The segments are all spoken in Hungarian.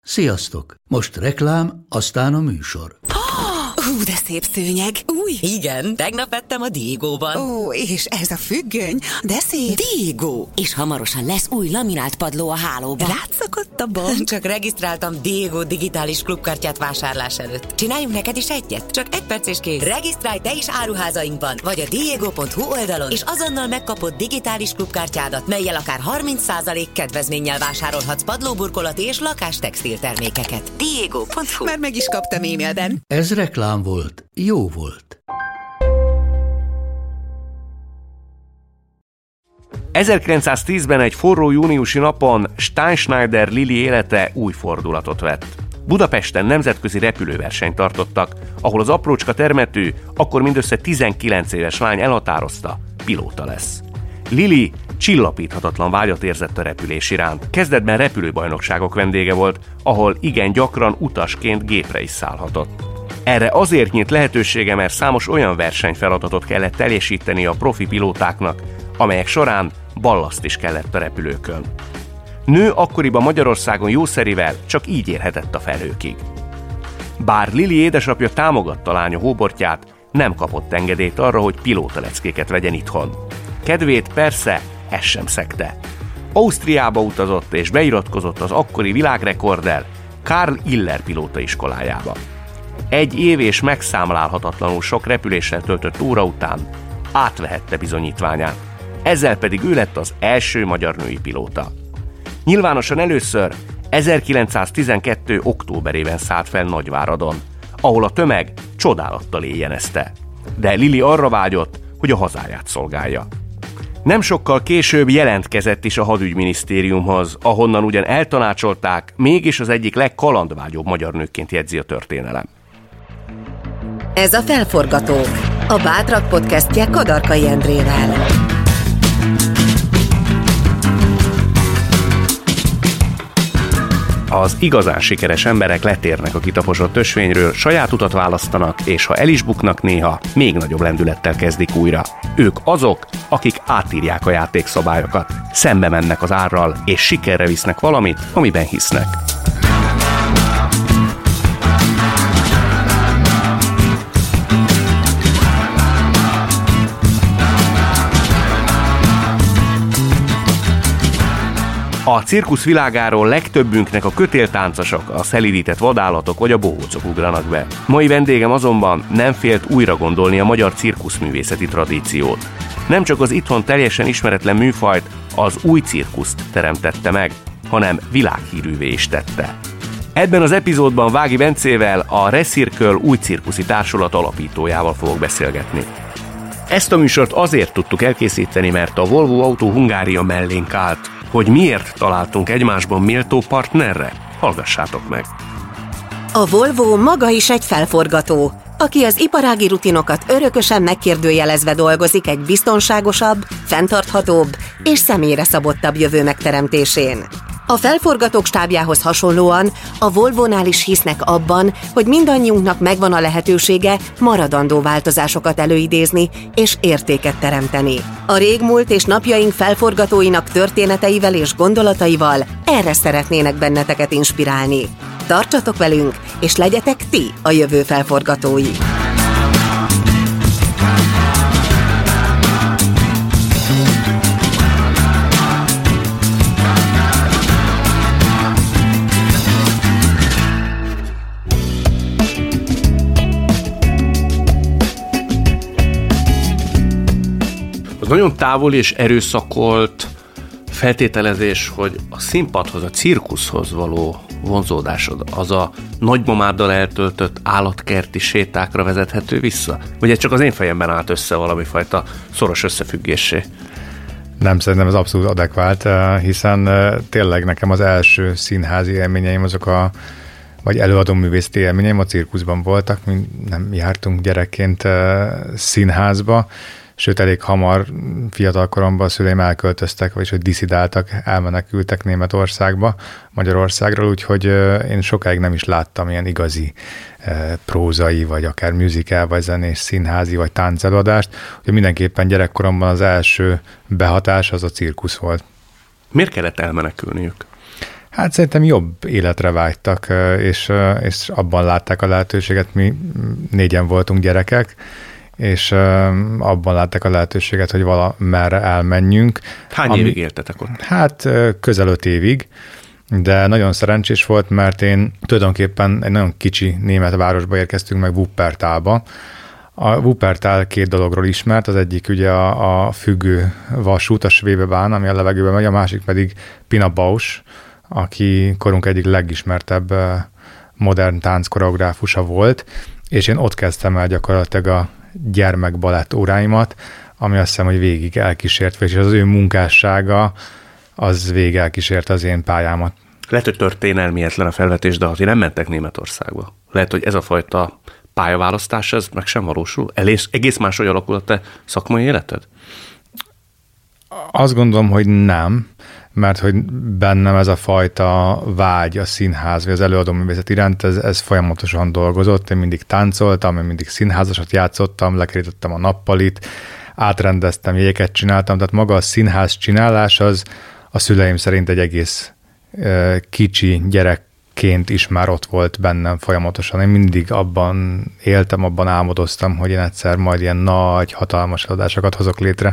Sziasztok! Most reklám, aztán a műsor. Hú, de szép szőnyeg. Új. Igen, tegnap vettem a Diegóban. Ó, és ez a függöny, de szép. Diegó. És hamarosan lesz új laminált padló a hálóban. Rátszakadt a bank. Csak regisztráltam Diegó digitális klubkártyát vásárlás előtt. Csináljunk neked is egyet? Csak 1 perc és kész. Regisztrálj te is áruházainkban, vagy a diego.hu oldalon, és azonnal megkapod digitális klubkártyádat, mellyel akár 30% kedvezménnyel vásárolhatsz padlóburkolati és lakástextil termékeket. Diego.hu. Már meg is kaptam e-mailben. Ez reklám volt, jó volt. 1910-ben egy forró júniusi napon Steinschneider Lili élete új fordulatot vett. Budapesten nemzetközi repülőversenyt tartottak, ahol az aprócska termető, akkor mindössze 19 éves lány elhatározta, pilóta lesz. Lili csillapíthatatlan vágyat érzett a repülés iránt. Kezdetben repülőbajnokságok vendége volt, ahol igen gyakran utasként gépre is szállhatott. Erre azért nyílt lehetősége, mert számos olyan versenyfeladatot kellett teljesíteni a profi pilótáknak, amelyek során ballaszt is kellett a repülőkön. Nő akkoriban Magyarországon jószerivel csak így érhetett a felhőkig. Bár Lili édesapja támogatta lánya hóbortját, nem kapott engedélyt arra, hogy pilótaleckéket vegyen itthon. Kedvét persze ez sem szegte. Ausztriába utazott és beiratkozott az akkori világrekorddel Karl Iller pilótaiskolájába. 1 év és megszámlálhatatlanul sok repüléssel töltött óra után átvehette bizonyítványát. Ezzel pedig ő lett az első magyar női pilóta. Nyilvánosan először 1912. októberében szállt fel Nagyváradon, ahol a tömeg csodálattal éjjenezte. De Lili arra vágyott, hogy a hazáját szolgálja. Nem sokkal később jelentkezett is a hadügyminisztériumhoz, ahonnan ugyan eltanácsolták, mégis az egyik legkalandvágyóbb magyar nőkként jegyzi a történelem. Ez a Felforgatók, a Bátrak podcastje Kadarkai Endrével. Az igazán sikeres emberek letérnek a kitaposott ösvényről, saját utat választanak, és ha el is buknak néha, még nagyobb lendülettel kezdik újra. Ők azok, akik átírják a játékszabályokat, szembe mennek az árral, és sikerre visznek valamit, amiben hisznek. A cirkusz világáról legtöbbünknek a kötéltáncosok, a szelídített vadállatok vagy a bohócok ugranak be. Mai vendégem azonban nem félt újra gondolni a magyar cirkuszművészeti tradíciót. Nem csak az itthon teljesen ismeretlen műfajt, az új cirkuszt teremtette meg, hanem világhírűvé is tette. Ebben az epizódban Vági Bencével, a Recircle új cirkuszi társulat alapítójával fogok beszélgetni. Ezt a műsort azért tudtuk elkészíteni, mert a Volvo Autó Hungária mellénk állt. Hogy miért találtunk egymásban méltó partnerre? Hallgassátok meg! A Volvo maga is egy felforgató, aki az iparági rutinokat örökösen megkérdőjelezve dolgozik egy biztonságosabb, fenntarthatóbb és személyre szabottabb jövő megteremtésén. A felforgatók stábjához hasonlóan a Volvónál is hisznek abban, hogy mindannyiunknak megvan a lehetősége maradandó változásokat előidézni és értéket teremteni. A régmúlt és napjaink felforgatóinak történeteivel és gondolataival erre szeretnének benneteket inspirálni. Tartsatok velünk, és legyetek ti a jövő felforgatói! Nagyon távol és erőszakolt feltételezés, hogy a színpadhoz, a cirkuszhoz való vonzódásod az a nagymamáddal eltöltött állatkerti sétákra vezethető vissza? Vagy ez csak az én fejemben állt össze valami fajta szoros összefüggéssé? Nem, szerintem ez abszolút adekvált, hiszen tényleg nekem az első színházi élményeim azok vagy előadó művészeti élményeim a cirkuszban voltak, mi nem jártunk gyerekként színházba, sőt, elég hamar, fiatal koromban a szüleim elköltöztek, vagyis hogy diszidáltak, elmenekültek Németországba, Magyarországról, úgyhogy én sokáig nem is láttam ilyen igazi prózai, vagy akár musical, vagy zenés, színházi, vagy táncelőadást, úgyhogy mindenképpen gyerekkoromban az első behatás az a cirkusz volt. Miért kellett elmenekülniük? Hát szerintem jobb életre vágytak, és abban látták a lehetőséget. Mi 4-en voltunk gyerekek, és abban látták a lehetőséget, hogy valamerre elmenjünk. Hány évig éltetek ott? Hát közel 5 évig, de nagyon szerencsés volt, mert én tulajdonképpen egy nagyon kicsi német városba érkeztünk meg, Wuppertalba. A Wuppertal 2 dologról ismert, az egyik ugye a függő vasút, a Schwebebahn, ami a levegőben megy, a másik pedig Pina Bausch, aki korunk egyik legismertebb modern tánckoreográfusa volt, és én ott kezdtem el gyakorlatilag a gyermekbalett óráimat, ami azt hiszem, hogy végig elkísért, és az ő munkássága az végig elkísért az én pályámat. Lehet, hogy történelmietlen a felvetés, de azért nem mentek Németországba. Lehet, hogy ez a fajta pályaválasztás, ez meg sem valósul? Egész máshogy alakul a te szakmai életed? Azt gondolom, hogy nem, mert hogy bennem ez a fajta vágy a színház, vagy az előadóművészet iránt, ez folyamatosan dolgozott. Én mindig táncoltam, én mindig színházasat játszottam, lekerítettem a nappalit, átrendeztem, jegyeket csináltam, tehát maga a színház csinálás az a szüleim szerint egy egész kicsi gyerekként is már ott volt bennem folyamatosan. Én mindig abban éltem, abban álmodoztam, hogy én egyszer majd ilyen nagy, hatalmas eladásokat hozok létre.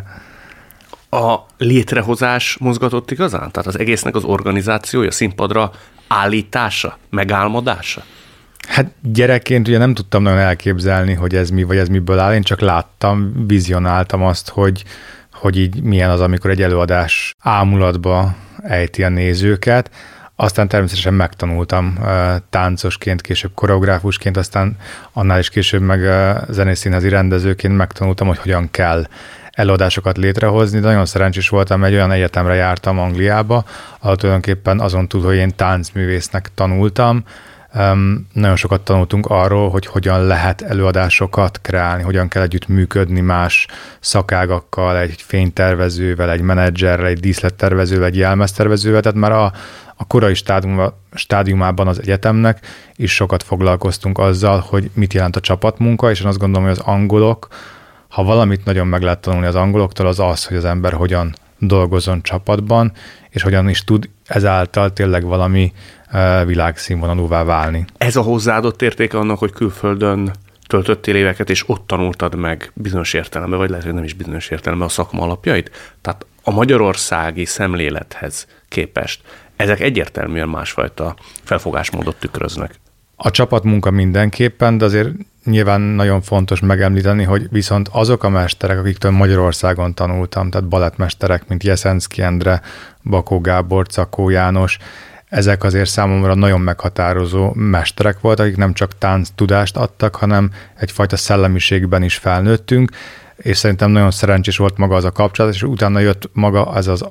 A létrehozás mozgatott igazán? Tehát az egésznek az organizációja, színpadra állítása, megálmodása? Hát gyerekként ugye nem tudtam nagyon elképzelni, hogy ez mi, vagy ez miből áll. Én csak láttam, vizionáltam azt, hogy így milyen az, amikor egy előadás ámulatba ejti a nézőket. Aztán természetesen megtanultam táncosként, később koreográfusként, aztán annál is később meg zenészínházi rendezőként megtanultam, hogy hogyan kell előadásokat létrehozni, de nagyon szerencsés voltam, egy olyan egyetemre jártam Angliába, ahol tulajdonképpen azon túl, hogy én táncművésznek tanultam, nagyon sokat tanultunk arról, hogy hogyan lehet előadásokat kreálni, hogyan kell együtt működni más szakágakkal, egy fénytervezővel, egy menedzserrel, egy díszlettervezővel, egy jelmeztervezővel, tehát már a korai stádiumában az egyetemnek is sokat foglalkoztunk azzal, hogy mit jelent a csapatmunka, és én azt gondolom, hogy az angolok, ha valamit nagyon meg lehet tanulni az angoloktól, az az, hogy az ember hogyan dolgozzon csapatban, és hogyan is tud ezáltal tényleg valami világszínvonalúvá válni. Ez a hozzáadott értéke annak, hogy külföldön töltöttél éveket, és ott tanultad meg bizonyos értelemben, vagy lehet, hogy nem is bizonyos értelemben a szakma alapjait? Tehát a magyarországi szemlélethez képest ezek egyértelműen másfajta felfogásmódot tükröznek. A csapatmunka mindenképpen, de azért nyilván nagyon fontos megemlíteni, hogy viszont azok a mesterek, akiktől Magyarországon tanultam, tehát balettmesterek, mint Jeszenszky Endre, Bakó Gábor, Cakó János, ezek azért számomra nagyon meghatározó mesterek voltak, akik nem csak tánctudást adtak, hanem egyfajta szellemiségben is felnőttünk, és szerintem nagyon szerencsés volt maga az a kapcsolat, és utána jött maga az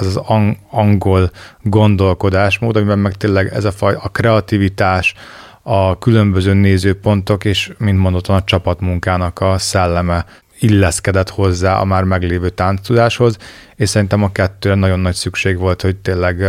angol gondolkodásmód, amiben meg tényleg ez a kreativitás, a különböző nézőpontok, és mint mondottam, a csapatmunkának a szelleme illeszkedett hozzá a már meglévő tánctudáshoz, és szerintem a kettőre nagyon nagy szükség volt, hogy tényleg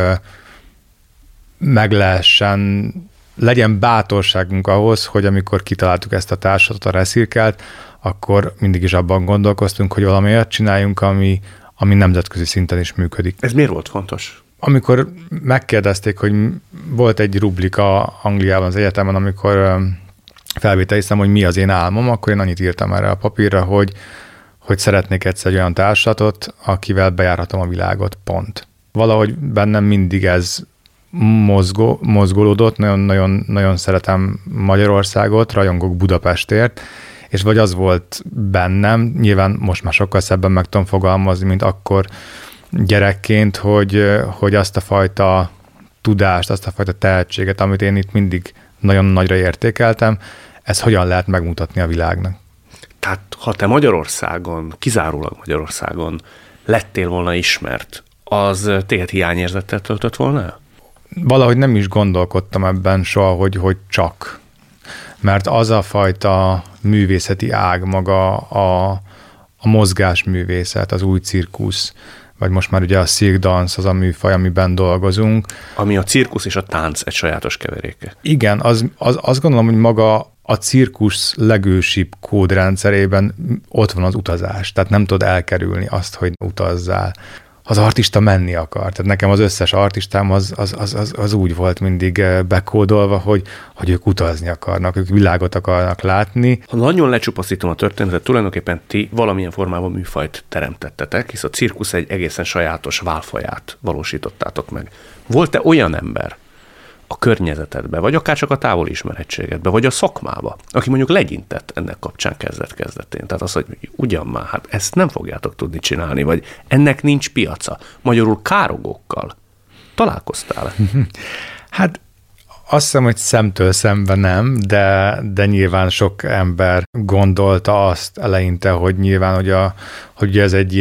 legyen bátorságunk ahhoz, hogy amikor kitaláltuk ezt a társadat, a Recircelt, akkor mindig is abban gondolkoztunk, hogy valami olyat csináljunk, ami nemzetközi szinten is működik. Ez miért volt fontos? Amikor megkérdezték, hogy volt egy rubrika Angliában az egyetemen, amikor felvételiztem, hogy mi az én álmom, akkor én annyit írtam erre a papírra, hogy szeretnék egyszer egy olyan társatot, akivel bejárhatom a világot, pont. Valahogy bennem mindig ez mozgolódott, nagyon szeretem Magyarországot, rajongok Budapestért, és vagy az volt bennem, nyilván most már sokkal szebben meg tudom fogalmazni, mint akkor gyerekként, hogy azt a fajta tudást, azt a fajta tehetséget, amit én itt mindig nagyon nagyra értékeltem, ezt hogyan lehet megmutatni a világnak. Tehát ha te Magyarországon, kizárólag Magyarországon lettél volna ismert, az téged hiányérzettel töltött volna el? Valahogy nem is gondolkodtam ebben soha, hogy csak. Mert az a fajta művészeti ág maga a mozgásművészet, az új cirkusz, vagy most már ugye a cirque dance az a műfaj, amiben dolgozunk. Ami a cirkusz és a tánc egy sajátos keveréke. Igen, azt gondolom, hogy maga a cirkusz legősibb kódrendszerében ott van az utazás, tehát nem tudod elkerülni azt, hogy utazzál. az artista menni akar. Tehát nekem az összes artistám az úgy volt mindig bekódolva, hogy ők utazni akarnak, ők világot akarnak látni. Ha nagyon lecsupaszítom a történetet, tulajdonképpen ti valamilyen formában műfajt teremtettetek, hisz a cirkusz egy egészen sajátos válfaját valósítottátok meg. Volt-e olyan ember a környezetedbe, vagy akár csak a távoli ismerettségedbe, vagy a szakmába, aki mondjuk legyintett ennek kapcsán kezdet-kezdetén? Tehát az, hogy ugyan már, hát ezt nem fogjátok tudni csinálni, vagy ennek nincs piaca. Magyarul károgókkal találkoztál? Hát azt hiszem, hogy szemtől szembe nem, de nyilván sok ember gondolta azt eleinte, hogy nyilván, hogy ez egy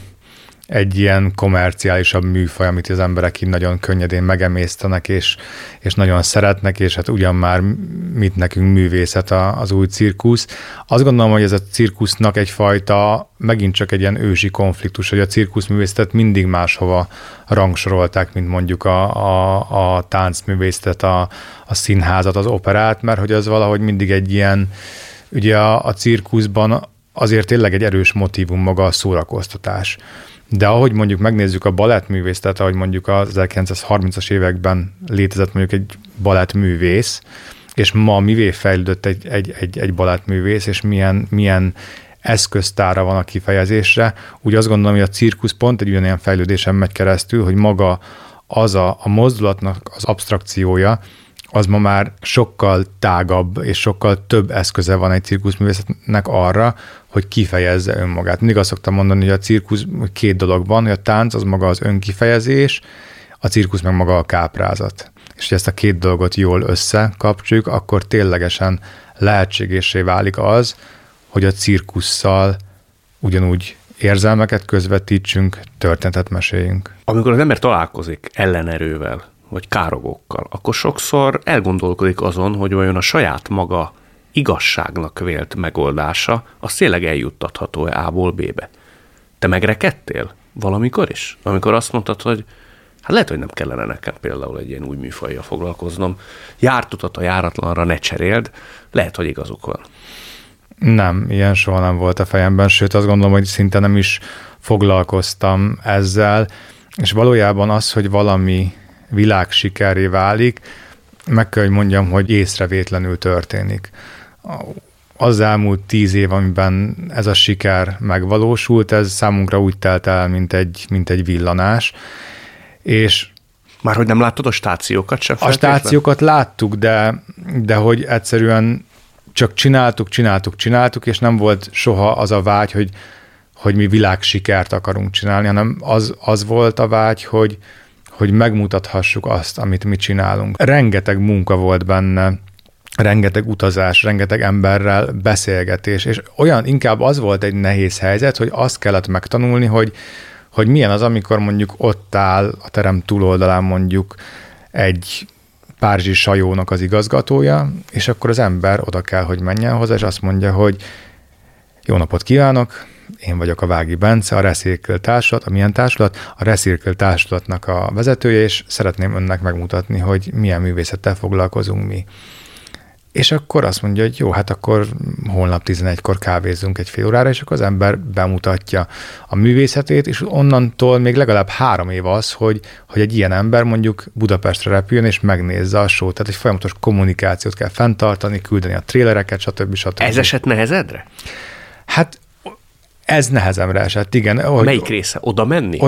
ilyen komerciálisabb műfaj, amit az emberek így nagyon könnyedén megemésztenek, és nagyon szeretnek, és hát ugyan már mit nekünk művészet az új cirkusz. Azt gondolom, hogy ez a cirkusznak egyfajta, megint csak egy ilyen ősi konfliktus, hogy a cirkuszművészetet mindig máshova rangsorolták, mint mondjuk a táncművészetet, a színházat, az operát, mert hogy az valahogy mindig egy ilyen, ugye a cirkuszban azért tényleg egy erős motívum maga a szórakoztatás. De ahogy mondjuk megnézzük a balettművészetet, ahogy mondjuk az 1930-as években létezett mondjuk egy balettművész, és ma mivé fejlődött egy balettművész, és milyen eszköztára van a kifejezésre, úgy azt gondolom, hogy a cirkusz pont egy ugyanilyen fejlődésen megy keresztül, hogy maga az a mozdulatnak az absztrakciója, az ma már sokkal tágabb és sokkal több eszköze van egy cirkuszművészetnek arra, hogy kifejezze önmagát. Mindig azt szoktam mondani, hogy a cirkusz két dolog van, hogy a tánc az maga az önkifejezés, a cirkusz meg maga a káprázat. És hogy ezt a két dolgot jól összekapcsoljuk, akkor ténylegesen lehetségessé válik az, hogy a cirkusszal ugyanúgy érzelmeket közvetítsünk, történetet meséljünk. Amikor az ember találkozik ellenerővel, vagy károgókkal, akkor sokszor elgondolkodik azon, hogy vajon a saját maga igazságnak vélt megoldása, az tényleg eljuttatható-e A-ból B-be. Te megrekedtél valamikor is? Amikor azt mondtad, hogy hát lehet, hogy nem kellene nekem például egy ilyen új műfajjal foglalkoznom. Járt utat a járatlanra ne cseréld, lehet, hogy igazuk van. Nem, ilyen soha nem volt a fejemben, sőt azt gondolom, hogy szinte nem is foglalkoztam ezzel, és valójában az, hogy valami világsikerré válik, meg kell, hogy mondjam, hogy észrevétlenül történik. Az elmúlt 10 év, amiben ez a siker megvalósult, ez számunkra úgy telt el, mint egy villanás, és már hogy nem láttad a stációkat sem? A stációkat láttuk, de hogy egyszerűen csak csináltuk, és nem volt soha az a vágy, hogy mi világsikert akarunk csinálni, hanem az volt a vágy, hogy megmutathassuk azt, amit mi csinálunk. Rengeteg munka volt benne, rengeteg utazás, rengeteg emberrel beszélgetés, és olyan inkább az volt egy nehéz helyzet, hogy azt kellett megtanulni, hogy milyen az, amikor mondjuk ott áll a terem túloldalán mondjuk egy párizsi sajónak az igazgatója, és akkor az ember oda kell, hogy menjen hozzá, és azt mondja, hogy jó napot kívánok, én vagyok a Vági Bence, a Recircle Társulat, a milyen társulat? A Recircle Társulatnak a vezetője, és szeretném önnek megmutatni, hogy milyen művészettel foglalkozunk mi. És akkor azt mondja, hogy jó, hát akkor holnap 11-kor kávézzunk egy fél órára, és akkor az ember bemutatja a művészetét, és onnantól még legalább 3 év az, hogy egy ilyen ember mondjuk Budapestre repüljön, és megnézze a show-t. Tehát egy folyamatos kommunikációt kell fenntartani, küldeni a trélereket, stb. Ez esett nehezedre? Hát ez nehezemre esett, igen. Melyik része? Oda menni?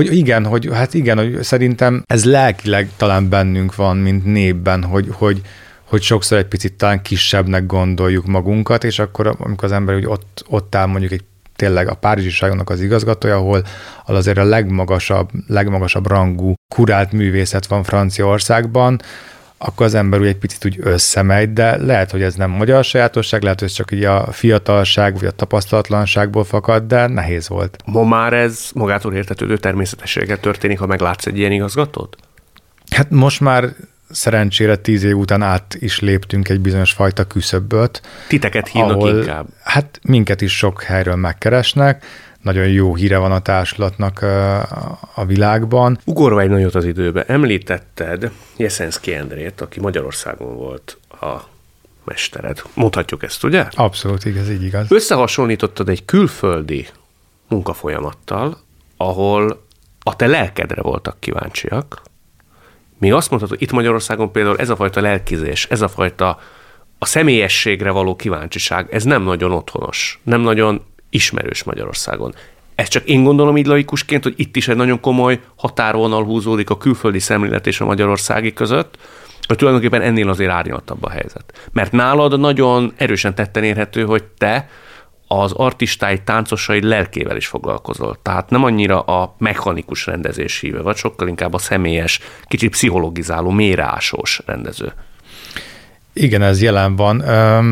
Hogy szerintem ez lelkileg talán bennünk van, mint népben, hogy sokszor egy picit talán kisebbnek gondoljuk magunkat, és akkor, amikor az ember ott áll mondjuk tényleg a Párizsi Sajónak az igazgatója, ahol azért a legmagasabb rangú kurált művészet van Franciaországban, akkor az ember úgy egy picit úgy összemegy, de lehet, hogy ez nem magyar sajátosság, lehet, hogy ez csak így a fiatalság vagy a tapasztalatlanságból fakad, de nehéz volt. Ma már ez magától értetődő természetességgel történik, ha meglátsz egy ilyen igazgatót? Hát most már szerencsére 10 év után át is léptünk egy bizonyos fajta küszöböt. Titeket hívnak inkább? Hát minket is sok helyről megkeresnek, nagyon jó híre van a társulatnak a világban. Ugorva egy nagyot az időbe, említetted Jeszenszky Endrét, aki Magyarországon volt a mestered. Mondhatjuk ezt, ugye? Abszolút, ez így igaz. Összehasonlítottad egy külföldi munkafolyamattal, ahol a te lelkedre voltak kíváncsiak. Még azt mondhatod, itt Magyarországon például ez a fajta lelkizés, ez a fajta a személyességre való kíváncsiság, ez nem nagyon otthonos, nem nagyon ismerős Magyarországon. Ezt csak én gondolom így laikusként, hogy itt is egy nagyon komoly határvonal húzódik a külföldi szemlélet és a magyarországi között, hogy tulajdonképpen ennél azért árnyaltabb a helyzet. Mert nálad nagyon erősen tetten érhető, hogy te az artistáid, táncosaid lelkével is foglalkozol. Tehát nem annyira a mechanikus rendezés híve, vagy sokkal inkább a személyes, kicsit pszichologizáló, mélyreásós rendező. Igen, ez jelen van.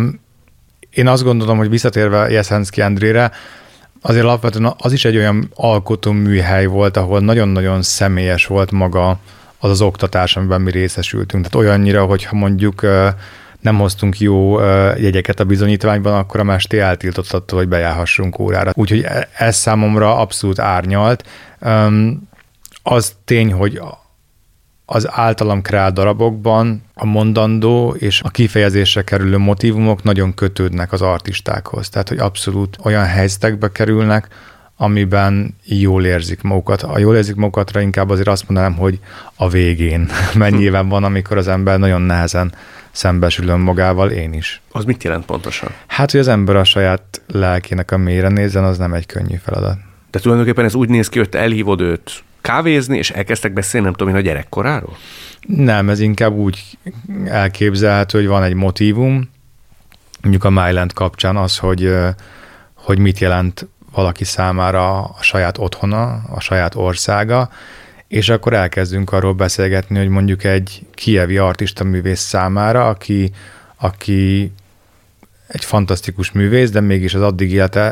Én azt gondolom, hogy visszatérve Jeszenszky Endrére, azért alapvetően az is egy olyan alkotó műhely volt, ahol nagyon-nagyon személyes volt maga az oktatás, amiben mi részesültünk. Tehát olyannyira, hogyha mondjuk nem hoztunk jó jegyeket a bizonyítványban, akkor a mester eltiltott attól, hogy bejárhassunk órára. Úgyhogy ez számomra abszolút árnyalt. Az tény, hogy az általam kreált darabokban a mondandó és a kifejezésre kerülő motívumok nagyon kötődnek az artistákhoz. Tehát, hogy abszolút olyan helyzetekbe kerülnek, amiben jól érzik magukat. A jól érzik magukatra inkább azért azt mondanám, hogy a végén. Mert nyilván van, amikor az ember nagyon nehezen szembesül önmagával, én is. Az mit jelent pontosan? Hát, hogy az ember a saját lelkének a mélyre nézzen, az nem egy könnyű feladat. De tulajdonképpen ez úgy néz ki, hogy te elhívod őt kávézni, és elkezdtek beszélni, nem tudom én, a gyerekkoráról? Nem, ez inkább úgy elképzelhető, hogy van egy motívum, mondjuk a Myland kapcsán az, hogy mit jelent valaki számára a saját otthona, a saját országa, és akkor elkezdünk arról beszélgetni, hogy mondjuk egy kijevi artista művész számára, aki egy fantasztikus művész, de mégis az addig élete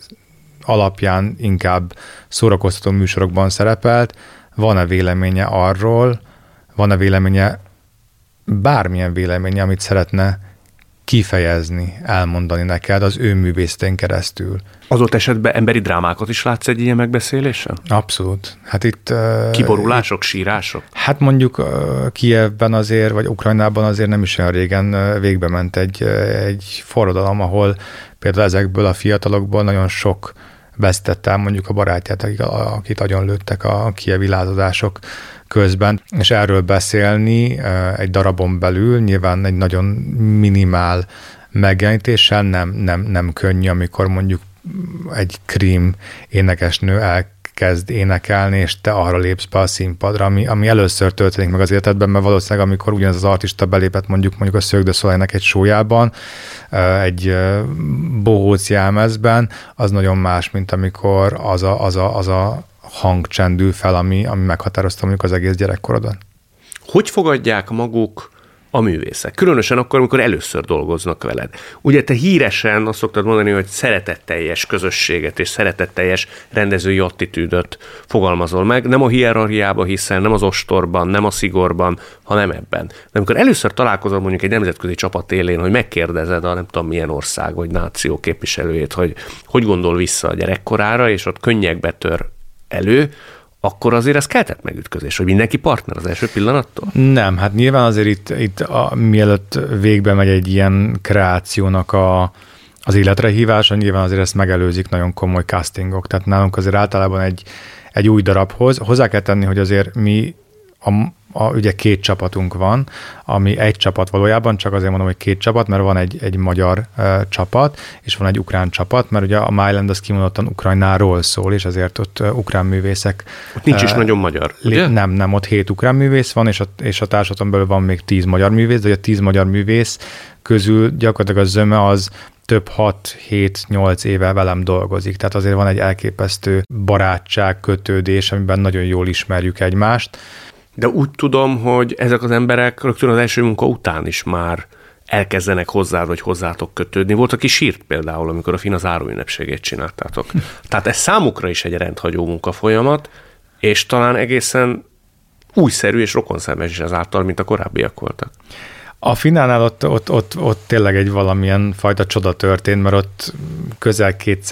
alapján inkább szórakoztató műsorokban szerepelt, van-e véleménye arról, van-e véleménye, bármilyen véleménye, amit szeretne kifejezni, elmondani neked az ő művészetén keresztül. Adott esetben emberi drámákat is látsz egy ilyen megbeszélésen? Abszolút. Hát itt... Kiborulások, sírások? Hát mondjuk Kijevben azért, vagy Ukrajnában azért nem is olyan régen végbe ment egy forradalom, ahol például ezekből a fiatalokból nagyon sok vesztette el mondjuk a barátját, akit agyonlőttek a kijevi lázadások közben, és erről beszélni egy darabon belül nyilván egy nagyon minimál megjelenítéssel nem könnyű, amikor mondjuk egy krím énekesnő elkezd énekelni, és te arra lépsz be a színpadra, ami először történik meg az életedben, mert valószínűleg amikor ugyanaz az artista belépett mondjuk a Cirque du Soleilnek egy show-jában, egy bohóc jelmezben, az nagyon más, mint amikor az a hang csendül fel, ami meghatározta mondjuk az egész gyerekkorodat. Hogy fogadják maguk a művészek? Különösen akkor, amikor először dolgoznak veled. Ugye te híresen azt szoktad mondani, hogy szeretetteljes közösséget és szeretetteljes rendezői attitűdöt fogalmazol meg. Nem a hierarchiába hiszel, nem az ostorban, nem a szigorban, hanem ebben. De amikor először találkozol mondjuk egy nemzetközi csapat élén, hogy megkérdezed a nem tudom milyen ország vagy náció képviselőjét, hogy gondol vissza a gyerekkorára, és ott könnyekbe tör elő, akkor azért ez keltett megütközés, hogy mindenki partner az első pillanattól? Nem, hát nyilván azért itt mielőtt végbe megy egy ilyen kreációnak az életre hívása, nyilván azért ezt megelőzik nagyon komoly castingok. Tehát nálunk azért általában egy új darabhoz hozzá kell tenni, hogy azért mi ugye 2 csapatunk van, ami egy csapat valójában, csak azért mondom, hogy 2 csapat, mert van egy magyar csapat, és van egy ukrán csapat, mert ugye a Myland az kimondottan Ukrajnáról szól, és ezért ott ukrán művészek... Ott nincs is nagyon magyar, ugye? Nem, ott 7 ukrán művész van, és a társadalom belül van még 10 magyar művész, de a 10 magyar művész közül gyakorlatilag a zöme az több 6-7-8 éve velem dolgozik. Tehát azért van egy elképesztő barátság, kötődés, amiben nagyon jól ismerjük egymást. De úgy tudom, hogy ezek az emberek rögtön az első munka után is már elkezdenek hozzád, vagy hozzátok kötődni. Volt, aki sírt például, amikor a Fina záróünnepségét csináltátok. Tehát ez számukra is egy rendhagyó munkafolyamat, és talán egészen újszerű és rokonszenves is ezáltal, mint a korábbiak voltak. A Finánál ott tényleg egy valamilyen fajta csoda történt, mert ott közel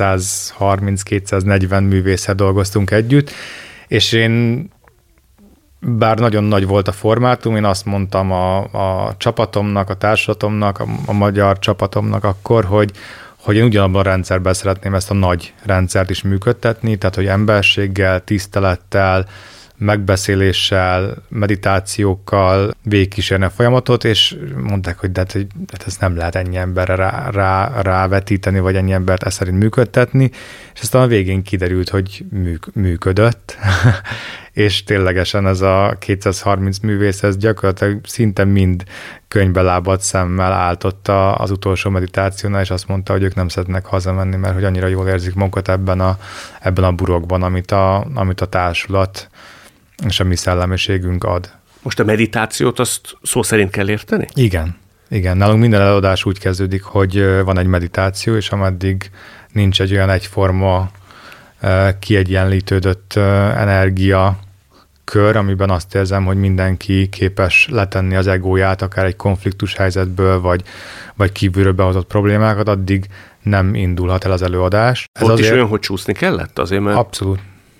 230-240 művésszel dolgoztunk együtt, és én bár nagyon nagy volt a formátum, én azt mondtam a csapatomnak, a társatomnak, a magyar csapatomnak akkor, hogy én ugyanabban a rendszerben szeretném ezt a nagy rendszert is működtetni, tehát hogy emberséggel, tisztelettel, megbeszéléssel, meditációkkal végigkísérni a folyamatot, és mondták, hogy de ez nem lehet ennyi emberre rávetíteni, vagy ennyi embert ezt szerint működtetni, és aztán a végén kiderült, hogy működött, és ténylegesen ez a 230 művész, ez gyakorlatilag szinte mind könyvbe lábadt szemmel áltott az utolsó meditációnál, és azt mondta, hogy ők nem szeretnek hazamenni, mert hogy annyira jól érzik magukat ebben a burokban, amit a társulat és a mi szellemiségünk ad. Most a meditációt azt szó szerint kell érteni? Igen. Nálunk minden előadás úgy kezdődik, hogy van egy meditáció, és ameddig nincs egy olyan egyforma kiegyenlítődött energia kör, amiben azt érzem, hogy mindenki képes letenni az egóját, akár egy konfliktus helyzetből, vagy kívülről behozott problémákat, addig nem indulhat el az előadás. Ott is olyan, hogy csúszni kellett azért, mert... Abszolút.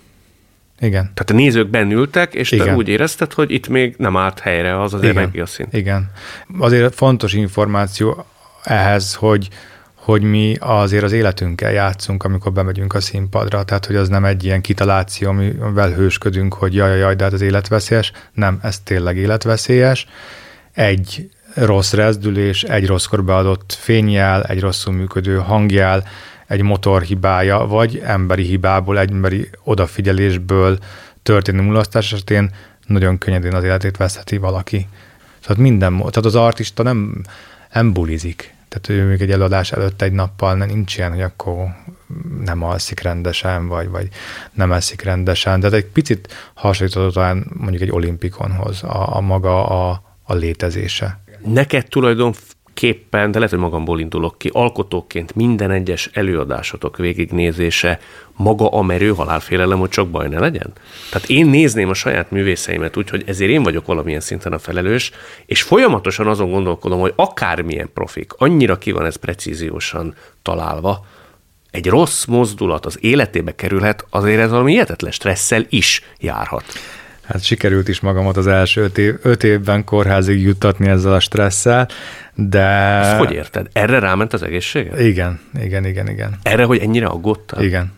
Igen. Tehát a nézők bennültek, és igen. Te úgy érezted, hogy itt még nem állt helyre az energiaszint. Igen. Azért fontos információ ehhez, hogy mi azért az életünkkel játszunk, amikor bemegyünk a színpadra, tehát hogy az nem egy ilyen kitaláció, amivel hősködünk, hogy jaj, de hát az életveszélyes. Nem, ez tényleg életveszélyes. Egy rossz rezdülés, egy rosszkor beadott fényjel, egy rosszul működő hangjel, egy motor hibája, vagy emberi hibából, emberi odafigyelésből történő mulasztás esetén nagyon könnyedén az életét veszheti valaki. Tehát az artista nem bulizik. Tehát ő még egy előadás előtt egy nappal nincs ilyen, hogy akkor nem alszik rendesen, vagy nem eszik rendesen. Tehát egy picit hasonlított talán mondjuk egy olimpikonhoz a maga a létezése. Neked tulajdonképpen, de lehet, hogy magamból indulok ki, alkotóként minden egyes előadásotok végignézése maga a merő halálfélelem, hogy csak baj ne legyen? Tehát én nézném a saját művészeimet úgy, hogy ezért én vagyok valamilyen szinten a felelős, és folyamatosan azon gondolkodom, hogy akármilyen profik, annyira ki van ez precíziósan találva, egy rossz mozdulat az életébe kerülhet, azért ez valami hihetetlen stresszel is járhat. Hát sikerült is magamat az első 5 évben kórházig juttatni ezzel a stresszel, de... Ezt hogy érted? Erre ráment az egészséged? Igen. Erre, hogy ennyire aggódtál? Igen.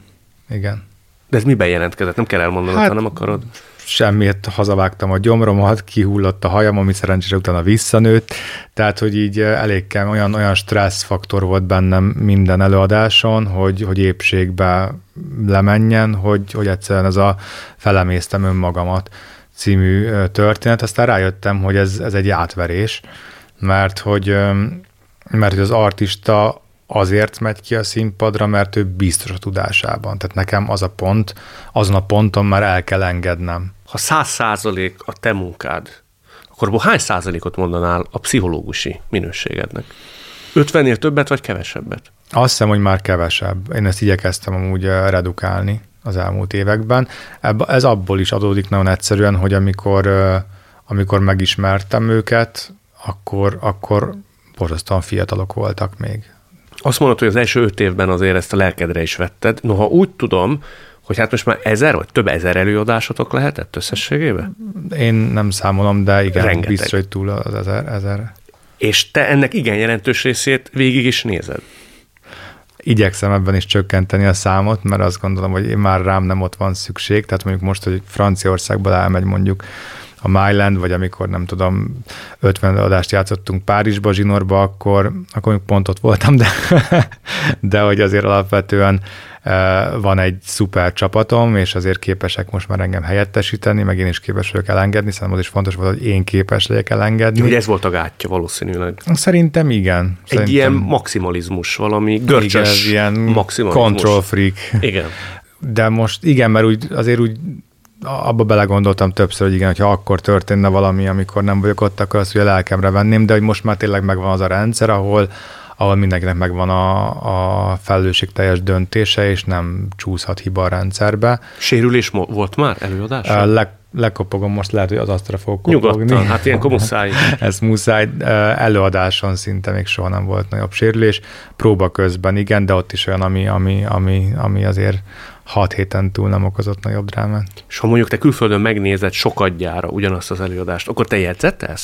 De ez miben jelentkezett? Nem kell elmondanod, ha nem akarod? Semmiért hazavágtam a gyomromat, kihullott a hajam, ami szerencsére utána visszanőtt, tehát, hogy így elég olyan stresszfaktor volt bennem minden előadáson, hogy épségbe lemenjen, hogy egyszerűen ez a Felemésztem önmagamat című történet. Aztán rájöttem, hogy ez egy átverés, mert hogy az artista azért megy ki a színpadra, mert ő biztos a tudásában. Tehát nekem azon a ponton már el kell engednem. Ha 100% a te munkád, akkor hány százalékot mondanál a pszichológusi minőségednek? 50-nél többet, vagy kevesebbet? Azt hiszem, hogy már kevesebb. Én ezt igyekeztem amúgy redukálni az elmúlt években. Ez abból is adódik nagyon egyszerűen, hogy amikor megismertem őket, akkor borzasztóan fiatalok voltak még. Azt mondod, hogy az első 5 évben azért ezt a lelkedre is vetted. Noha úgy tudom, hogy hát most már 1000 vagy több ezer előadásotok lehetett összességében? Én nem számolom, de igen, rengeteg. Biztos, hogy túl az 1000. És te ennek igen jelentős részét végig is nézed? Igyekszem ebben is csökkenteni a számot, mert azt gondolom, hogy már rám nem ott van szükség. Tehát mondjuk most, hogy Franciaországból elmegy mondjuk a Myland, vagy amikor nem tudom, 50 adást játszottunk Párizsba, Zsinorba, akkor pont ott voltam, de hogy azért alapvetően van egy szuper csapatom, és azért képesek most már engem helyettesíteni, meg én is képes vagyok elengedni, szerintem az is fontos volt, hogy én képes legyek elengedni. Hogy ez volt a gátja valószínűleg. Szerintem igen. Egy ilyen maximalizmus, valami görcsös ilyen maximalizmus. Control freak. Igen. De most igen, mert azért úgy abba belegondoltam többször, hogy igen, hogyha akkor történne valami, amikor nem vagyok ott, akkor azt ugye lelkemre venném, de hogy most már tényleg megvan az a rendszer, ahol mindenkinek megvan a felelősségteljes döntése, és nem csúszhat hiba a rendszerbe. Sérülés volt már előadás? Lekopogom, most lehet, hogy az asztalra fogok kopogni. Nyugodtan, hát ilyenkor muszáj. Ez muszáj. Előadáson szinte még soha nem volt nagyobb sérülés. Próba közben igen, de ott is olyan, ami azért 6 héten túl nem okozott nagyobb drámát. És ha mondjuk te külföldön megnézed sokadjára ugyanazt az előadást, akkor te jegyzetelsz?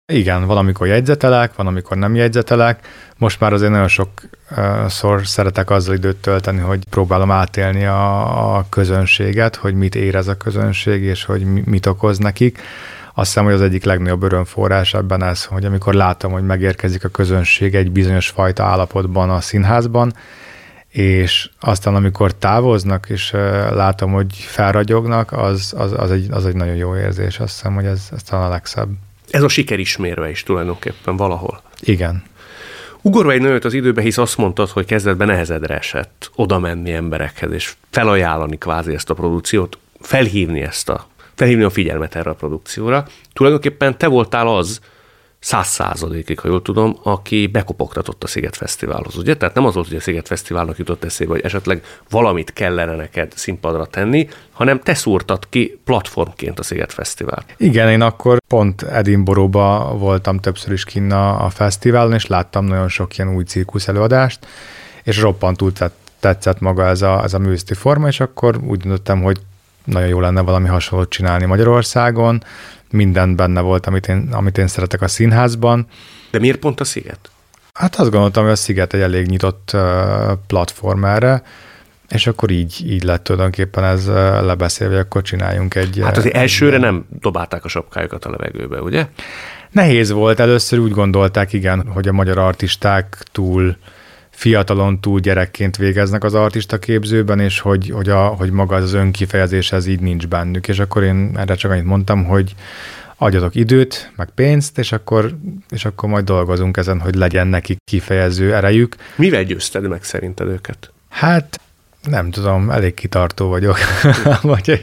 Igen, valamikor jegyzetelek, van, amikor nem jegyzetelek. Most már azért nagyon sokszor szeretek azzal időt tölteni, hogy próbálom átélni a közönséget, hogy mit érez a közönség, és hogy mit okoz nekik. Azt hiszem, hogy az egyik legnagyobb örömforrás ebben ez, hogy amikor látom, hogy megérkezik a közönség egy bizonyos fajta állapotban a színházban, és aztán amikor távoznak, és látom, hogy felragyognak, az egy nagyon jó érzés. Azt hiszem, hogy ez talán a legszebb. Ez a sikerismérve is tulajdonképpen valahol. Igen. Ugorva egy nagyot az időbe, hisz azt mondtad, hogy kezdetben nehezedre esett oda menni emberekhez, és felajánlani kvázi ezt a produkciót, felhívni a figyelmet erre a produkcióra. Tulajdonképpen te voltál az 100%-ig, ha jól tudom, aki bekopogtatott a Sziget Fesztiválhoz, ugye? Tehát nem az volt, hogy a Sziget Fesztiválnak jutott eszébe, hogy esetleg valamit kellene neked színpadra tenni, hanem te szúrtad ki platformként a Sziget Fesztivál. Igen, én akkor pont Edinburghba voltam többször is kinn a fesztiválon, és láttam nagyon sok ilyen új cirkusz előadást, és robbantul tetszett maga ez a művészeti forma, és akkor úgy döntöttem, hogy nagyon jó lenne valami hasonlót csinálni Magyarországon. Minden benne volt, amit én szeretek a színházban. De miért pont a Sziget? Hát azt gondoltam, hogy a Sziget egy elég nyitott platform erre, és akkor így lett tulajdonképpen ez lebeszélve, hogy akkor csináljunk egy... Hát azért elsőre nem dobálták a sapkájukat a levegőbe, ugye? Nehéz volt. Először úgy gondolták, igen, hogy a magyar artisták túl fiatalon, túl gyerekként végeznek az artista képzőben, és hogy maga az önkifejezés ez így nincs bennük. És akkor én erre csak annyit mondtam, hogy adjatok időt, meg pénzt, és akkor majd dolgozunk ezen, hogy legyen nekik kifejező erejük. Mivel győzted meg szerinted őket? Hát nem tudom, elég kitartó vagyok. Vagy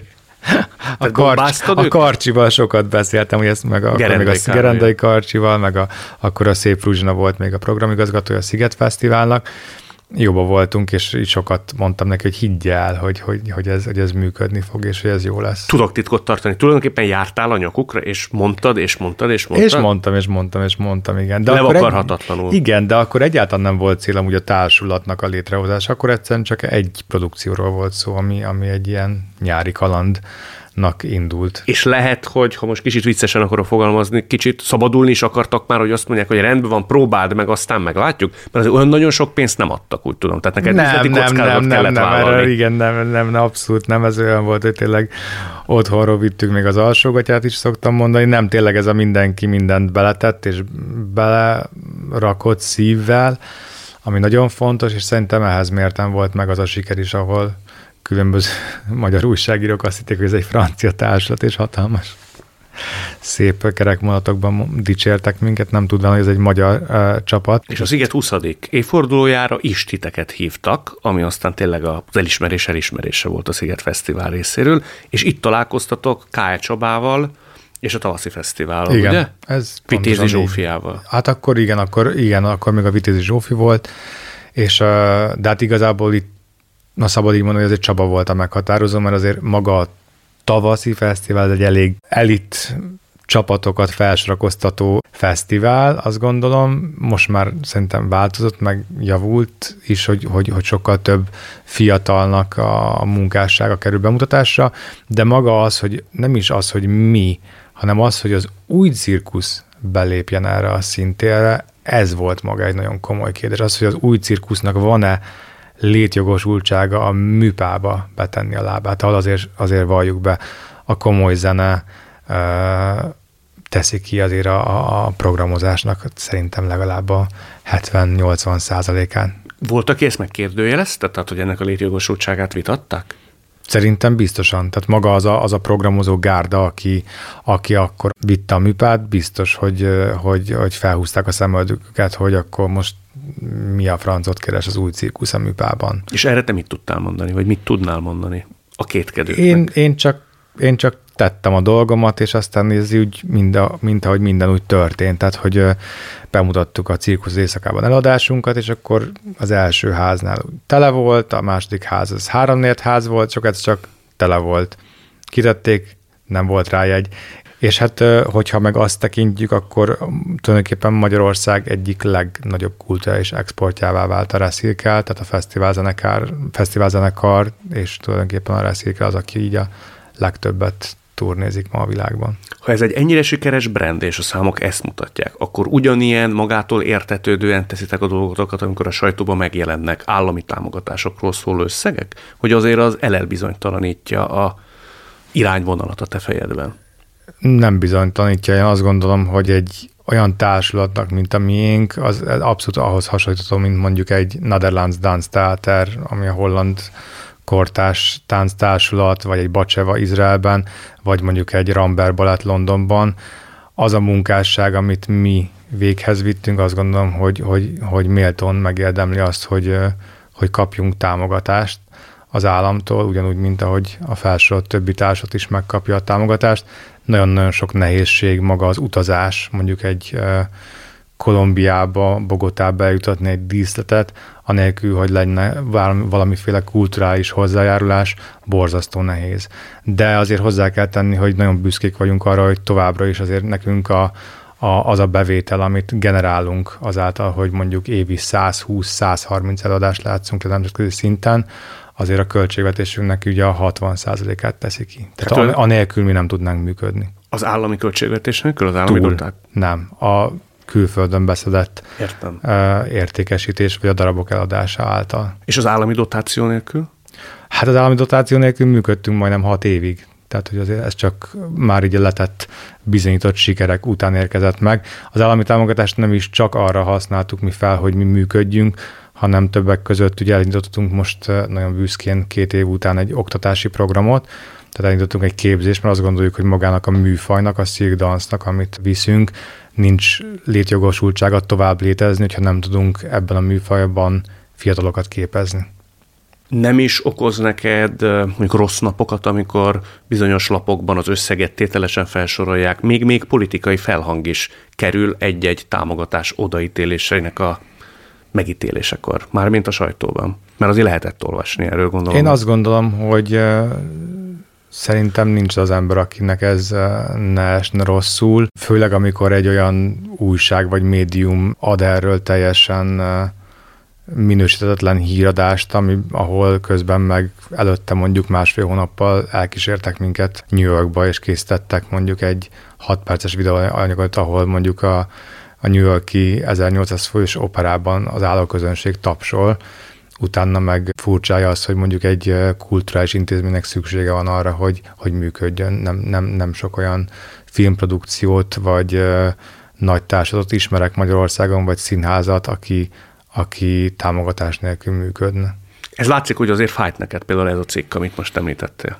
a Karcsival sokat beszéltem, hogy ezt meg a Gerendai Karcsival, meg akkor a Szép Ruzsina volt még a programigazgatója a Sziget Fesztiválnak. Jóba voltunk, és így sokat mondtam neki, hogy higgy el, hogy ez működni fog, és hogy ez jó lesz. Tudok titkot tartani. Tulajdonképpen jártál a nyakukra, és mondtad. És mondtam, igen. De levakarhatatlanul. Igen, de akkor egyáltalán nem volt célom ugye a társulatnak a létrehozása, akkor egyszerűen csak egy produkcióról volt szó, ami egy ilyen nyári kalandnak indult. És lehet, hogy ha most kicsit viccesen akarok fogalmazni, kicsit szabadulni is akartak már, hogy azt mondják, hogy rendben van, próbáld meg, aztán meglátjuk, mert azért olyan nagyon sok pénzt nem adtak, úgy tudom. Tehát neked üzleti kockázatot kellett vállalni. Igen, nem, abszolút nem, ez olyan volt, hogy tényleg otthonról vittük, még az alsógatyát is szoktam mondani, nem tényleg ez a mindenki mindent beletett, és belerakott szívvel, ami nagyon fontos, és szerintem ehhez mérten volt meg az a siker is, ahol különböző magyar újságírók azt hitték, hogy ez egy francia társulat, és hatalmas szép kerekmondatokban dicsértek minket, nem tudván, hogy ez egy magyar csapat. És a Sziget 20. évfordulójára is titeket hívtak, ami aztán tényleg az elismerése volt a Sziget Fesztivál részéről, és itt találkoztatok K. Csabával és a Tavaszi Fesztivállal, igen, ugye? Ez Vitézi Zsófiával. Hát akkor még a Vitézi Zsófi volt, és de hát igazából itt szabad így mondani, hogy azért Csaba volt a meghatározó, mert azért maga a Tavaszi Fesztivál egy elég elit csapatokat felsorakoztató fesztivál, azt gondolom. Most már szerintem változott, meg javult is, hogy sokkal több fiatalnak a munkássága kerül bemutatásra, de maga az, hogy nem is az, hogy mi, hanem az, hogy az új cirkusz belépjen erre a szintérre, ez volt maga egy nagyon komoly kérdés. Az, hogy az új cirkusznak van-e létjogosultsága a műpába betenni a lábát, ahol azért valljuk be, a komoly zene teszi ki azért a programozásnak szerintem legalább a 70-80%-án. Volt, aki ezt megkérdőjelezte, tehát hogy ennek a létjogosultságát vitatták? Szerintem biztosan. Tehát maga az a programozó gárda, aki akkor vitte a műpát, biztos, hogy felhúzták a szemöldöküket, hogy akkor most mi a francot keres az új cirkusz a műpában. És erre te mit tudtál mondani, vagy mit tudnál mondani a kétkedőknek? Én csak tettem a dolgomat, és aztán nézi úgy, mint ahogy minden úgy történt. Tehát, hogy bemutattuk a cirkusz éjszakában eladásunkat, és akkor az első háznál tele volt, a második ház az 3-4 ház volt, ez csak tele volt. Kitették, nem volt rá jegy. És hát, hogyha meg azt tekintjük, akkor tulajdonképpen Magyarország egyik legnagyobb kulturális exportjává vált a Reszilkel, tehát a fesztiválzenekar, és tulajdonképpen a Reszilkel az, aki így a legtöbbet turnézik ma a világban. Ha ez egy ennyire sikeres brand, és a számok ezt mutatják, akkor ugyanilyen magától értetődően teszitek a dolgokat, amikor a sajtóban megjelennek állami támogatásokról szóló összegek, hogy azért az elbizonytalanítja a irányvonalat a te fejedben? Nem bizonytalanítja. Én azt gondolom, hogy egy olyan társulatnak, mint a miénk, az abszolút ahhoz hasonlítható, mint mondjuk egy Nederlands Danstheater, ami a holland kortárs tánctársulat, vagy egy Bacheva Izraelben, vagy mondjuk egy Rambert Balett Londonban. Az a munkásság, amit mi véghez vittünk, azt gondolom, hogy méltón megérdemli azt, hogy kapjunk támogatást az államtól, ugyanúgy, mint ahogy a felsorolt többi társat is megkapja a támogatást. Nagyon-nagyon sok nehézség maga az utazás, mondjuk egy Kolumbiába, Bogotába eljutatni egy díszletet, anélkül, hogy lenne valamiféle kulturális hozzájárulás, borzasztó nehéz. De azért hozzá kell tenni, hogy nagyon büszkék vagyunk arra, hogy továbbra is azért nekünk az a bevétel, amit generálunk azáltal, hogy mondjuk évi 120-130 eladást látszunk le nemzetközi szinten, azért a költségvetésünknek ugye a 60%-át teszi ki. Tehát anélkül mi nem tudnánk működni. Az állami költségvetés nélkül? Az állami dotát? Nem. A külföldön beszedett értékesítés vagy a darabok eladása által. És az állami dotáció nélkül? Hát az állami dotáció nélkül működtünk majdnem 6 évig. Tehát, hogy azért ez csak már így letett bizonyított sikerek után érkezett meg. Az állami támogatást nem is csak arra használtuk mi fel, hogy mi működjünk, hanem többek között ugye elindítottunk most nagyon büszkén 2 év után egy oktatási programot, tehát elindítottunk egy képzést, mert azt gondoljuk, hogy magának a műfajnak, a Silk Dance-nak, amit viszünk, nincs létjogosultsága tovább létezni, hogyha nem tudunk ebben a műfajban fiatalokat képezni. Nem is okoz neked mondjuk rossz napokat, amikor bizonyos lapokban az összeget tételesen felsorolják, még politikai felhang is kerül egy-egy támogatás odaítélésének a megítélésekor, mármint a sajtóban. Mert azért lehetett olvasni, erről gondolom. Én azt gondolom, hogy szerintem nincs az ember, akinek ez ne esne rosszul, főleg amikor egy olyan újság vagy médium ad erről teljesen minősítetlen híradást, ahol közben meg előtte mondjuk 1,5 hónappal elkísértek minket New Yorkba, és készítettek mondjuk egy 6 perces videóanyagot, ahol mondjuk a New York-i 1800 fős operában az állóközönség tapsol, utána meg furcsája az, hogy mondjuk egy kulturális intézménynek szüksége van arra, hogy működjön. Nem sok olyan filmprodukciót, vagy nagy társadalmat ismerek Magyarországon, vagy színházat, aki támogatás nélkül működne. Ez látszik, hogy azért fájt neked például ez a cikk, amit most említettél.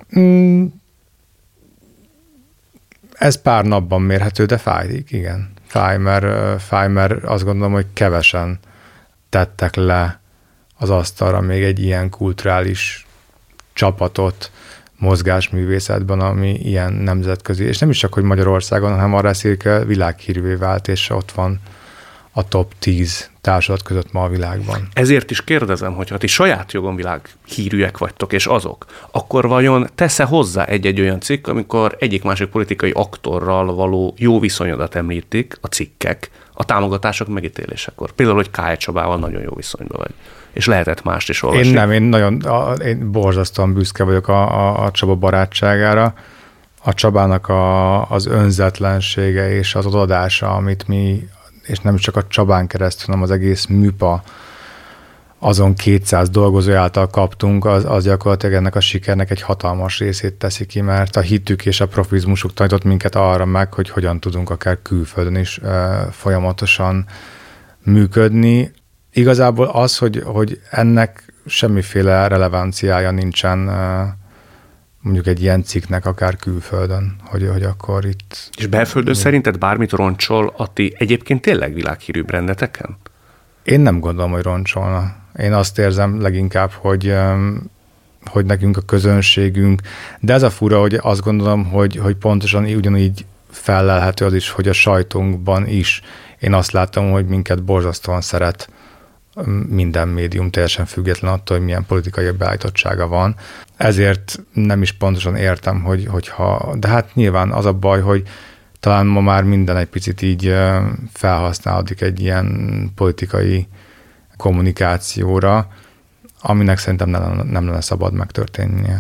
Ez pár napban mérhető, de fájik, igen. Fáj, mert azt gondolom, hogy kevesen tettek le az asztalra még egy ilyen kulturális csapatot mozgásművészetben, ami ilyen nemzetközi, és nem is csak, hogy Magyarországon, hanem arra szirke világhírűvé vált, és ott van a top 10 társulat között ma a világban. Ezért is kérdezem, hogy ha ti saját jogon világhírűek vagytok, és azok, akkor vajon tesz-e hozzá egy-egy olyan cikk, amikor egyik-másik politikai aktorral való jó viszonyodat említik a cikkek a támogatások megítélésekor? Például, hogy K. Csabával nagyon jó viszonyban vagy. És lehetett mást is olvasni. Én borzasztóan büszke vagyok a Csaba barátságára. A Csabának az önzetlensége és az odadása, amit mi, és nem csak a Csabán keresztül, hanem az egész műpa azon 200 dolgozó által kaptunk, az gyakorlatilag ennek a sikernek egy hatalmas részét teszi ki, mert a hitük és a profizmusuk tanított minket arra meg, hogy hogyan tudunk akár külföldön is folyamatosan működni. Igazából az, hogy ennek semmiféle relevanciája nincsen mondjuk egy ilyen cikknek akár külföldön, hogy akkor itt... És belföldön szerinted bármit roncsol a ti egyébként tényleg világhírű brandeteken? Én nem gondolom, hogy roncsolna. Én azt érzem leginkább, hogy nekünk a közönségünk, de ez a fura, hogy azt gondolom, hogy pontosan ugyanígy fellelhető az is, hogy a sajtónkban is. Én azt látom, hogy minket borzasztóan szeret minden médium, teljesen független attól, hogy milyen politikai beállítottsága van. Ezért nem is pontosan értem, de hát nyilván az a baj, hogy talán ma már minden egy picit így felhasználódik egy ilyen politikai kommunikációra, aminek szerintem nem lenne szabad megtörténnie.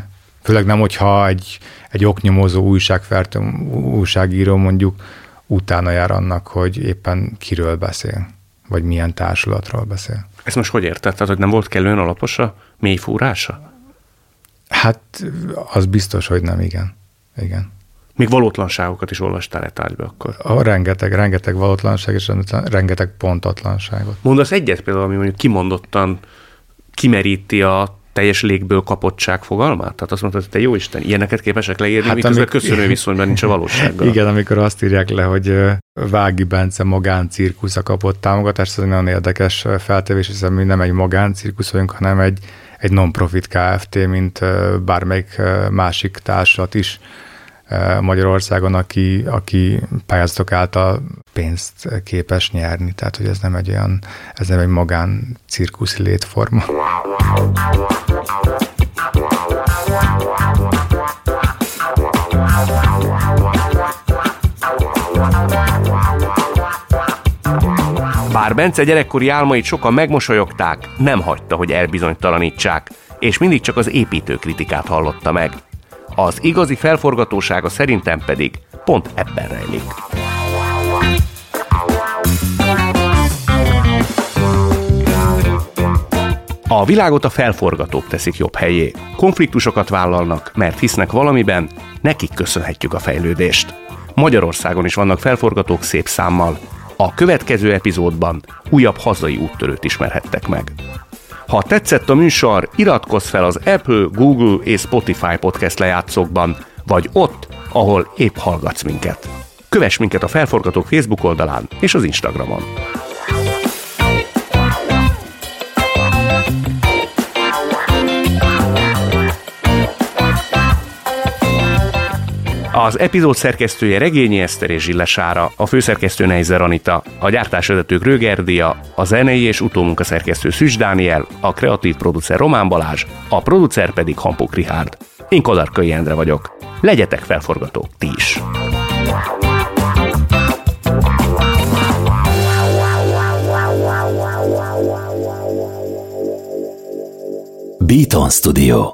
Főleg nem, hogyha egy oknyomozó újságíró mondjuk utána jár annak, hogy éppen kiről beszél, vagy milyen társulatról beszél. Ezt most hogy érted? Tehát, hogy nem volt kellően alapos a mély fúrása? Hát az biztos, hogy nem, igen. Még valótlanságokat is olvastál tárgyba akkor? Rengeteg valótlanság és rengeteg pontatlanságot. Mondasz egyet például, ami mondjuk kimondottan kimeríti a teljes légből kapottság fogalmát? Tehát azt mondtad, hogy te jóisten, ilyeneket képesek leírni, miközben köszönő viszonyban nincs a valósággal. Igen, amikor azt írják le, hogy Vági Bence magáncirkusza kapott támogatást, ez egy nagyon érdekes feltevés, hiszen mi nem egy magáncirkusz vagyunk, hanem egy non-profit Kft., mint bármelyik másik társat is Magyarországon, aki pályázatok által pénzt képes nyerni. Tehát, hogy ez nem egy magán cirkuszi létforma. Bár Bence gyerekkori álmait sokan megmosolyogták, nem hagyta, hogy elbizonytalanítsák, és mindig csak az építő kritikát hallotta meg. Az igazi felforgatósága szerintem pedig pont ebben rejlik. A világot a felforgatók teszik jobb helyé. Konfliktusokat vállalnak, mert hisznek valamiben, nekik köszönhetjük a fejlődést. Magyarországon is vannak felforgatók szép számmal. A következő epizódban újabb hazai úttörőt ismerhettek meg. Ha tetszett a műsor, iratkozz fel az Apple, Google és Spotify podcast lejátszókban, vagy ott, ahol épp hallgatsz minket. Kövess minket a Felforgatók Facebook oldalán és az Instagramon. Az epizód szerkesztője Regényi Eszter és Zsille Sára, a főszerkesztő Neizer Anita, a gyártásvezető Gröger Dia, a zenei és utómunkaszerkesztő Szűcs Dániel, a kreatív producer Román Balázs, a producer pedig Hampuk Richárd. Én Kadarkai Endre vagyok. Legyetek felforgatók ti is! Beaton Studio.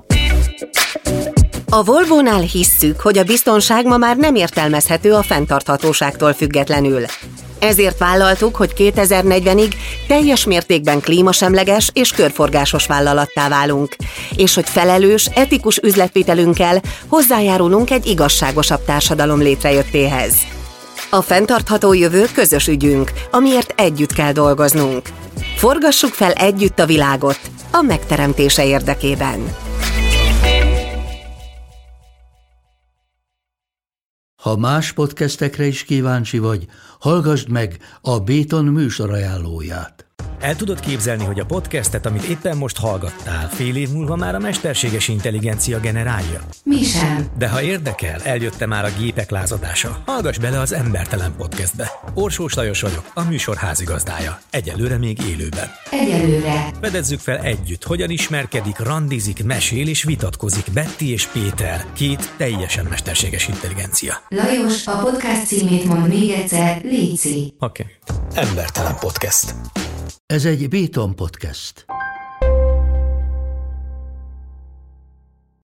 A Volvónál hisszük, hogy a biztonság ma már nem értelmezhető a fenntarthatóságtól függetlenül. Ezért vállaltuk, hogy 2040-ig teljes mértékben klímasemleges és körforgásos vállalattá válunk, és hogy felelős, etikus üzletvitelünkkel hozzájárulunk egy igazságosabb társadalom létrejöttéhez. A fenntartható jövő közös ügyünk, amiért együtt kell dolgoznunk. Forgassuk fel együtt a világot a megteremtése érdekében. Ha más podcastekre is kíváncsi vagy, hallgassd meg a Beaton műsorajánlóját. El tudod képzelni, hogy a podcastet, amit éppen most hallgattál, fél év múlva már a mesterséges intelligencia generálja? Mi sem. De ha érdekel, eljött már a gépek lázadása. Hallgass bele az Embertelen Podcastbe. Orsós Lajos vagyok, a műsor házigazdája. Egyelőre még élőben. Egyelőre. Fedezzük fel együtt, hogyan ismerkedik, randizik, mesél és vitatkozik Betty és Péter, két teljesen mesterséges intelligencia. Lajos, a podcast címét mond még egyszer, léci. Oké. Embertelen Podcast. Ez egy Beaton podcast.